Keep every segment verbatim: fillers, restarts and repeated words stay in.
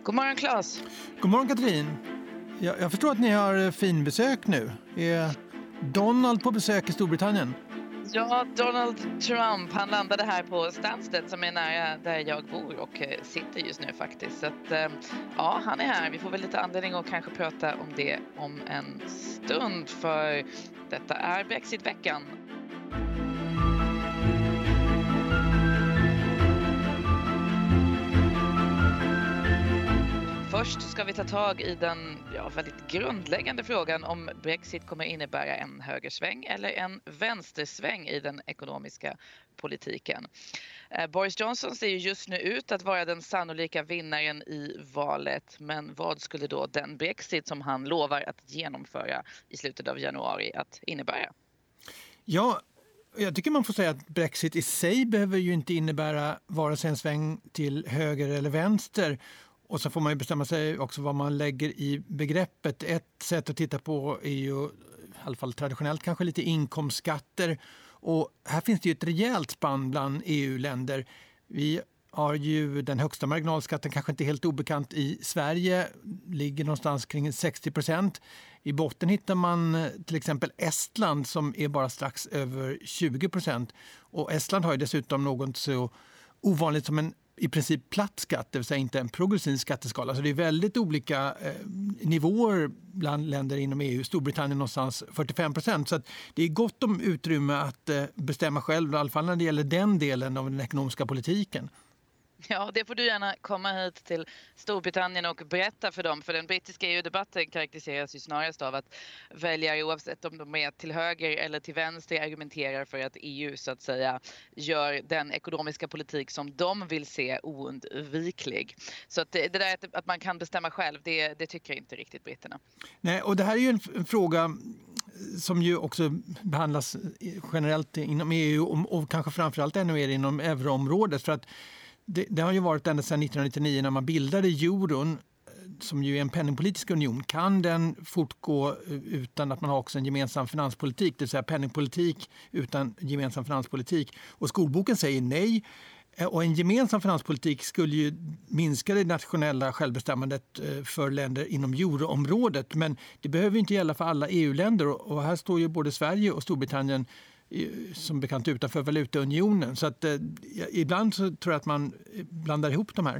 God morgon, Claes. God morgon, Katrin. Jag, jag förstår att ni har fin besök nu. Är Donald på besök i Storbritannien? Ja, Donald Trump, han landade här på Stansted som är nära där jag bor och sitter just nu faktiskt. Så att, ja, han är här. Vi får väl lite anledning att kanske prata om det om en stund, för detta är Brexit-veckan. Först ska vi ta tag i den ja, väldigt grundläggande frågan om Brexit kommer innebära en högersväng eller en vänstersväng i den ekonomiska politiken. Eh, Boris Johnson ser ju just nu ut att vara den sannolika vinnaren i valet, men vad skulle då den Brexit som han lovar att genomföra i slutet av januari att innebära? Ja, jag tycker man får säga att Brexit i sig behöver ju inte innebära vare sig en sväng till höger eller vänster. Och så får man ju bestämma sig också vad man lägger i begreppet. Ett sätt att titta på är ju, i alla fall traditionellt, kanske lite inkomstskatter. Och här finns det ju ett rejält spann bland E U-länder. Vi har ju den högsta marginalskatten, kanske inte helt obekant, i Sverige. Ligger någonstans kring sextio procent. I botten hittar man till exempel Estland som är bara strax över tjugo procent. Och Estland har ju dessutom något så ovanligt som en i princip platt skatt, det vill säga inte en progressiv skatteskala. Så det är väldigt olika eh, nivåer bland länder inom E U. Storbritannien någonstans fyrtiofem procent. Så att det är gott om utrymme att eh, bestämma själv, i alla fall när det gäller den delen av den ekonomiska politiken. Ja, det får du gärna komma hit till Storbritannien och berätta för dem. För den brittiska E U-debatten karaktäriseras ju snarast av att väljare, oavsett om de är till höger eller till vänster, argumenterar för att E U så att säga gör den ekonomiska politik som de vill se oundviklig. Så att det, det där att man kan bestämma själv, det, det tycker inte riktigt britterna. Nej, och det här är ju en, en fråga som ju också behandlas generellt inom E U och, och kanske framförallt ännu mer inom euroområdet, för att Det, det har ju varit ända sedan nittonhundranittionio när man bildade euron, som ju är en penningpolitisk union. Kan den fortgå utan att man har också en gemensam finanspolitik, det vill säga penningpolitik utan gemensam finanspolitik? Och skolboken säger nej. Och en gemensam finanspolitik skulle ju minska det nationella självbestämmandet för länder inom euroområdet. Men det behöver inte gälla för alla E U-länder. Och här står ju både Sverige och Storbritannien som bekant utanför valutaunionen. Så att eh, ibland så tror jag att man blandar ihop de här.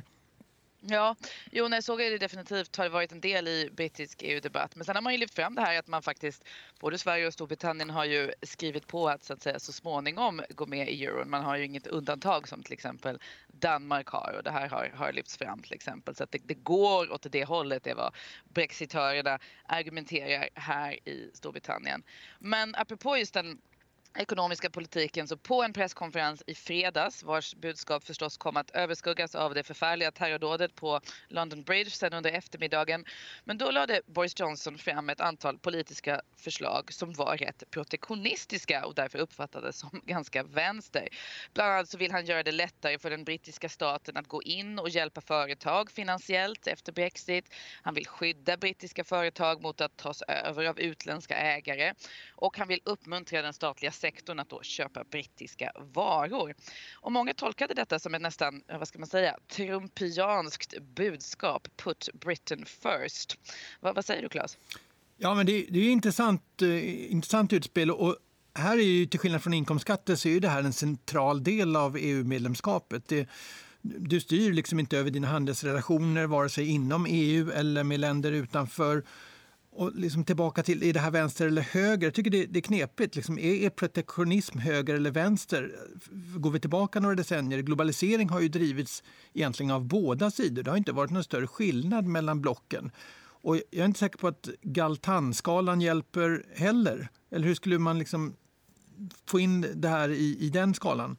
Ja, jo, nej, så är det definitivt har varit en del i brittisk E U-debatt. Men sen har man ju lyft fram det här att man faktiskt, både Sverige och Storbritannien har ju skrivit på att så att säga så småningom gå med i euron. Man har ju inget undantag som till exempel Danmark har, och det här har, har lyfts fram till exempel. Så att det, det går åt det hållet, det var brexitörerna argumenterar här i Storbritannien. Men apropå just den ekonomiska politiken, så på en presskonferens i fredags, vars budskap förstås kom att överskuggas av det förfärliga terrordådet på London Bridge sen under eftermiddagen. Men då lade Boris Johnson fram ett antal politiska förslag som var rätt protektionistiska och därför uppfattades som ganska vänster. Bland annat så vill han göra det lättare för den brittiska staten att gå in och hjälpa företag finansiellt efter Brexit. Han vill skydda brittiska företag mot att tas över av utländska ägare, och han vill uppmuntra den statliga sektorn att då köpa brittiska varor. Och många tolkade detta som ett nästan, vad ska man säga, trumpianskt budskap. Put Britain first. Vad, vad säger du, Claes? Ja, men det, det är intressant, eh, intressant utspel, och här är ju till skillnad från inkomstskatter så är det här en central del av E U-medlemskapet. Det, du styr liksom inte över dina handelsrelationer vare sig inom E U eller med länder utanför. Och liksom tillbaka till, är det här vänster eller höger? Jag tycker det, det är knepigt. Liksom, är, är protektionism höger eller vänster? Går vi tillbaka några decennier? Globalisering har ju drivits egentligen av båda sidor. Det har inte varit någon större skillnad mellan blocken. Och jag är inte säker på att Galtan-skalan hjälper heller. Eller hur skulle man liksom få in det här i, i den skalan?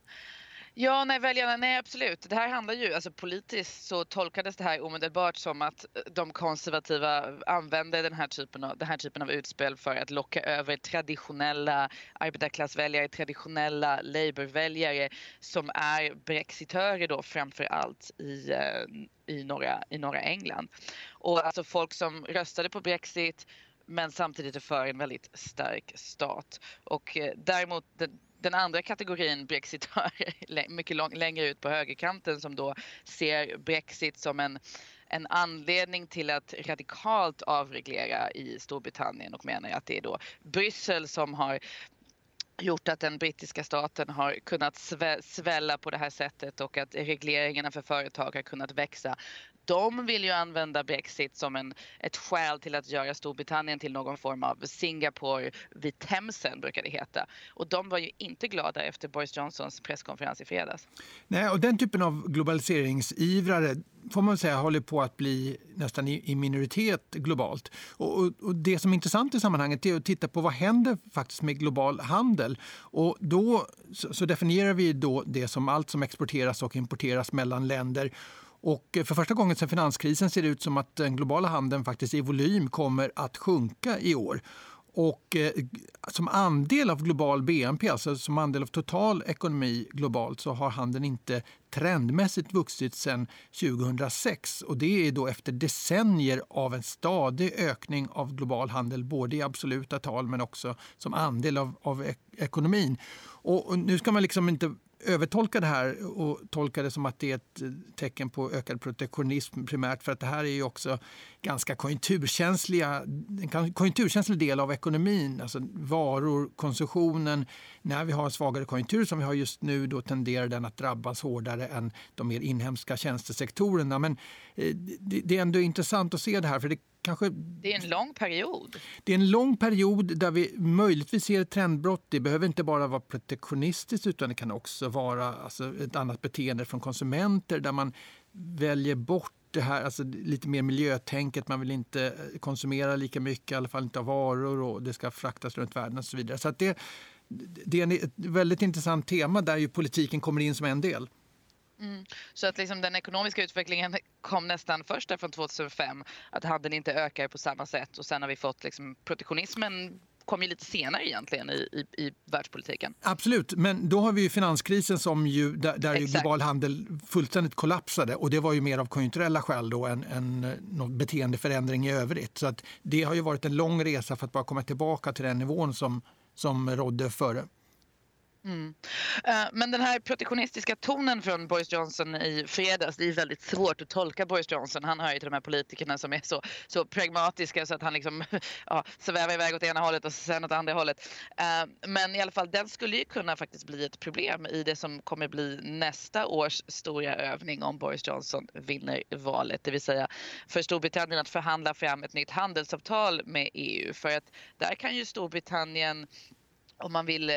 Ja, nej, väljarna, nej absolut. Det här handlar ju, alltså politiskt så tolkades det här omedelbart som att de konservativa använde den här typen av, den här typen av utspel för att locka över traditionella arbetarklassväljare, traditionella Labour-väljare som är brexitörer då framför allt i, i, norra, i norra England. Och alltså folk som röstade på Brexit men samtidigt är för en väldigt stark stat. Och däremot den andra kategorin brexitörer mycket lång, längre ut på högerkanten som då ser Brexit som en, en anledning till att radikalt avreglera i Storbritannien och menar att det är då Bryssel som har gjort att den brittiska staten har kunnat svälla på det här sättet och att regleringarna för företag har kunnat växa. De vill ju använda Brexit som en, ett skäl till att göra Storbritannien till någon form av Singapore vid Themsen, brukar det heta. Och de var ju inte glada efter Boris Johnsons presskonferens i fredags. Nej, och den typen av globaliseringsivrare får man säga håller på att bli nästan i, i minoritet globalt. Och, och, och det som är intressant i sammanhanget är att titta på vad händer faktiskt med global handel. Och då så, så definierar vi då det som allt som exporteras och importeras mellan länder. Och för första gången sedan finanskrisen ser det ut som att den globala handeln faktiskt i volym kommer att sjunka i år. Och eh, som andel av global B N P, alltså som andel av total ekonomi globalt, så har handeln inte trendmässigt vuxit sedan tjugohundrasex. Och det är då efter decennier av en stadig ökning av global handel, både i absoluta tal men också som andel av, av ek- ekonomin. Och, och nu ska man liksom inte övertolka det här och tolka det som att det är ett tecken på ökad protektionism primärt, för att det här är ju också ganska konjunkturkänsliga, en konjunkturkänslig del av ekonomin, alltså varor, konsumtionen. När vi har svagare konjunktur som vi har just nu, då tenderar den att drabbas hårdare än de mer inhemska tjänstesektorerna. Men det är ändå intressant att se det här, för det kanske... Det är en lång period. Det är en lång period där vi möjligtvis ser ett trendbrott. Det behöver inte bara vara protektionistiskt, utan det kan också vara alltså, ett annat beteende från konsumenter där man väljer bort det här, alltså lite mer miljötänket. Man vill inte konsumera lika mycket, i alla fall inte av varor, och det ska fraktas runt världen och så vidare. Så att det, det är ett väldigt intressant tema där ju politiken kommer in som en del. Mm. Så att liksom den ekonomiska utvecklingen kom nästan först där från tjugohundrafem, att handeln inte ökar på samma sätt, och sen har vi fått liksom, protektionismen kom ju lite senare egentligen i, i, i världspolitiken. Absolut, men då har vi ju finanskrisen som ju, där, där ju global handel fullständigt kollapsade, och det var ju mer av konjunkturella skäl då än, än någon beteendeförändring i övrigt. Så att det har ju varit en lång resa för att bara komma tillbaka till den nivån som, som rådde före. Mm. Men den här protektionistiska tonen från Boris Johnson i fredags, det är väldigt svårt att tolka Boris Johnson. Han hör ju till de här politikerna som är så, så pragmatiska så att han liksom ja, svävar iväg åt ena hållet och sen åt andra hållet. Men i alla fall, den skulle ju kunna faktiskt bli ett problem i det som kommer bli nästa års stora övning om Boris Johnson vinner valet. Det vill säga för Storbritannien att förhandla fram ett nytt handelsavtal med E U. För att där kan ju Storbritannien, om man vill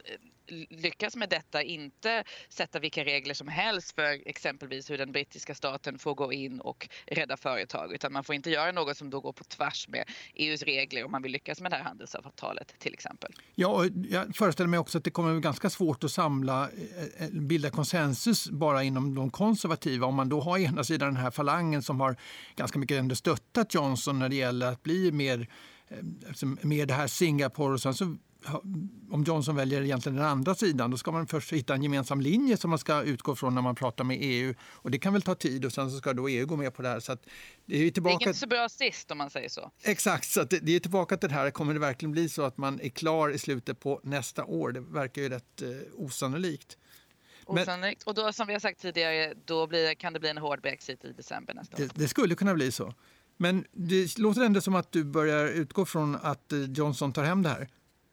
lyckas med detta, inte sätta vilka regler som helst för exempelvis hur den brittiska staten får gå in och rädda företag, utan man får inte göra något som då går på tvärs med E U:s regler om man vill lyckas med det här handelsavtalet till exempel. Ja, jag föreställer mig också att det kommer att vara ganska svårt att samla, bilda konsensus bara inom de konservativa, om man då har ena sidan den här falangen som har ganska mycket ändå stöttat Johnson när det gäller att bli mer, mer det här Singapore, och sen så om Johnson väljer egentligen den andra sidan, då ska man först hitta en gemensam linje som man ska utgå från när man pratar med E U. Och det kan väl ta tid, och sen så ska då E U gå med på det här. Så att det är tillbaka... Det är inte så bra sist om man säger så. Exakt, så att det, det är tillbaka till det här. Kommer det verkligen bli så att man är klar i slutet på nästa år? Det verkar ju rätt eh, osannolikt. Osannolikt. Och då, som vi har sagt tidigare, då blir, kan det bli en hård Brexit i december nästa år. Det, det skulle kunna bli så. Men det låter ändå som att du börjar utgå från att Johnson tar hem det här.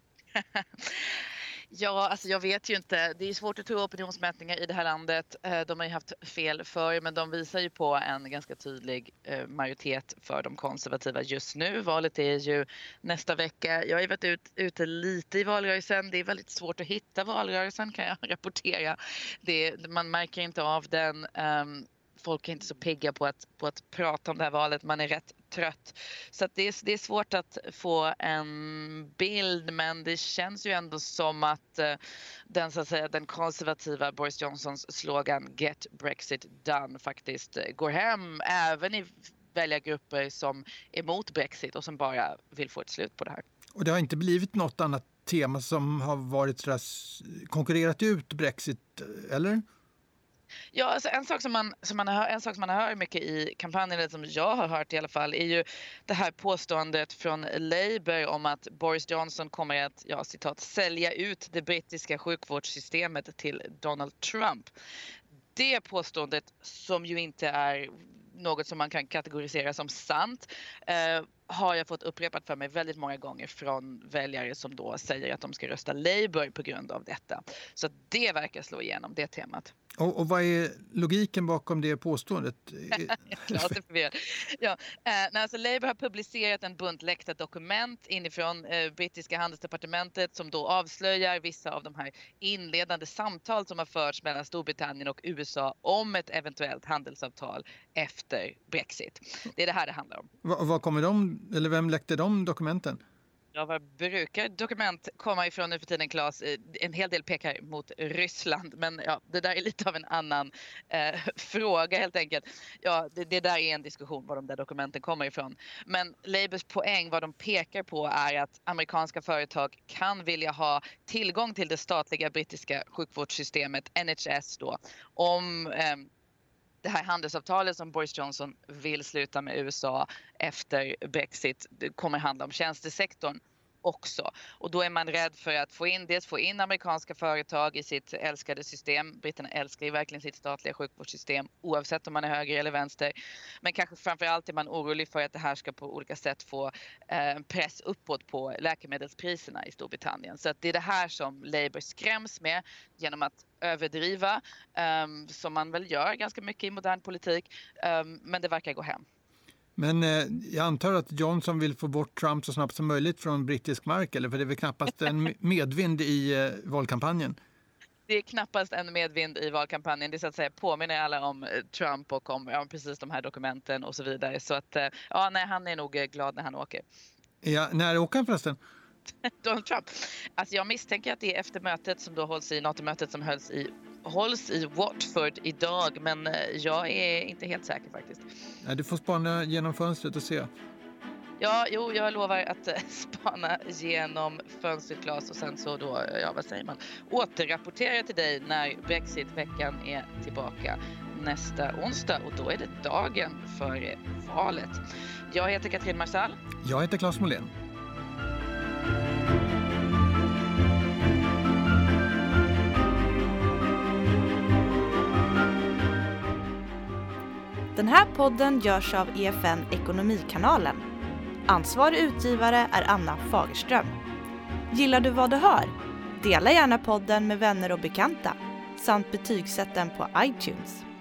Ja, alltså jag vet ju inte. Det är svårt att tro opinionsmätningar i det här landet. De har ju haft fel för, men de visar ju på en ganska tydlig majoritet för de konservativa just nu. Valet är ju nästa vecka. Jag har ju varit ut, ute lite i valrörelsen. Det är väldigt svårt att hitta valrörelsen, kan jag rapportera. Det, man märker inte av den. Um, Folk är inte så pigga på att, på att prata om det här valet. Man är rätt trött. Så att det, är, det är svårt att få en bild. Men det känns ju ändå som att uh, den, så att säga, den konservativa Boris Johnsons slogan Get Brexit Done faktiskt uh, går hem. Även i väljargrupper som är emot Brexit och som bara vill få ett slut på det här. Och det har inte blivit något annat tema som har varit sådär, konkurrerat ut Brexit, eller? Ja, alltså en sak som man, som man hör, en sak som man hör mycket i kampanjen, eller som jag har hört i alla fall, är ju det här påståendet från Labour om att Boris Johnson kommer att, ja, citat, sälja ut det brittiska sjukvårdssystemet till Donald Trump. Det påståendet, som ju inte är något som man kan kategorisera som sant, eh, har jag fått upprepat för mig väldigt många gånger från väljare som då säger att de ska rösta Labour på grund av detta. Så det verkar slå igenom, det temat. Och, och vad är logiken bakom det påståendet? Klart det förvirrar. Ja, eh, alltså Labour har publicerat en bunt läckta dokument inifrån eh, brittiska handelsdepartementet som då avslöjar vissa av de här inledande samtal som har förts mellan Storbritannien och U S A om ett eventuellt handelsavtal efter Brexit. Det är det här det handlar om. Vad, vad kommer de, eller vem läckte de dokumenten? Ja, vad brukar dokument komma ifrån nu för tiden, Claes? En hel del pekar mot Ryssland, men ja, det där är lite av en annan eh, fråga helt enkelt. Ja, det, det där är en diskussion var de där dokumenten kommer ifrån. Men Labours poäng, vad de pekar på, är att amerikanska företag kan vilja ha tillgång till det statliga brittiska sjukvårdssystemet N H S då, om eh, det här handelsavtalet som Boris Johnson vill sluta med U S A efter Brexit kommer handla om tjänstesektorn också. Och då är man rädd för att få in, dels få in amerikanska företag i sitt älskade system. Britterna älskar ju verkligen sitt statliga sjukvårdssystem oavsett om man är höger eller vänster. Men kanske framförallt är man orolig för att det här ska på olika sätt få eh, press uppåt på läkemedelspriserna i Storbritannien. Så att det är det här som Labour skräms med genom att överdriva, um, som man väl gör ganska mycket i modern politik, um, men det verkar gå hem. Men eh, jag antar att Johnson vill få bort Trump så snabbt som möjligt från brittisk mark, eller? För det är väl knappast en medvind i eh, valkampanjen? Det är knappast en medvind i valkampanjen. Det är så att säga påminner alla om Trump och om ja, precis de här dokumenten och så vidare. Så att eh, ja, nej, han är nog glad när han åker. Ja, när åker han förresten? Donald Trump. Alltså jag misstänker att det är efter mötet som då hålls i NATO-mötet som hölls i, hålls i Watford idag, men jag är inte helt säker faktiskt. Ja, du får spana genom fönstret och se. Ja, jo, jag lovar att spana genom fönstret, Claes, och sen så då, ja vad säger man, återrapportera till dig när Brexit-veckan är tillbaka nästa onsdag, och då är det dagen före valet. Jag heter Katrin Marsall. Jag heter Claes Molén. Den här podden görs av E F N Ekonomikanalen. Ansvarig utgivare är Anna Fagerström. Gillar du vad du hör? Dela gärna podden med vänner och bekanta samt betygsätt den på iTunes.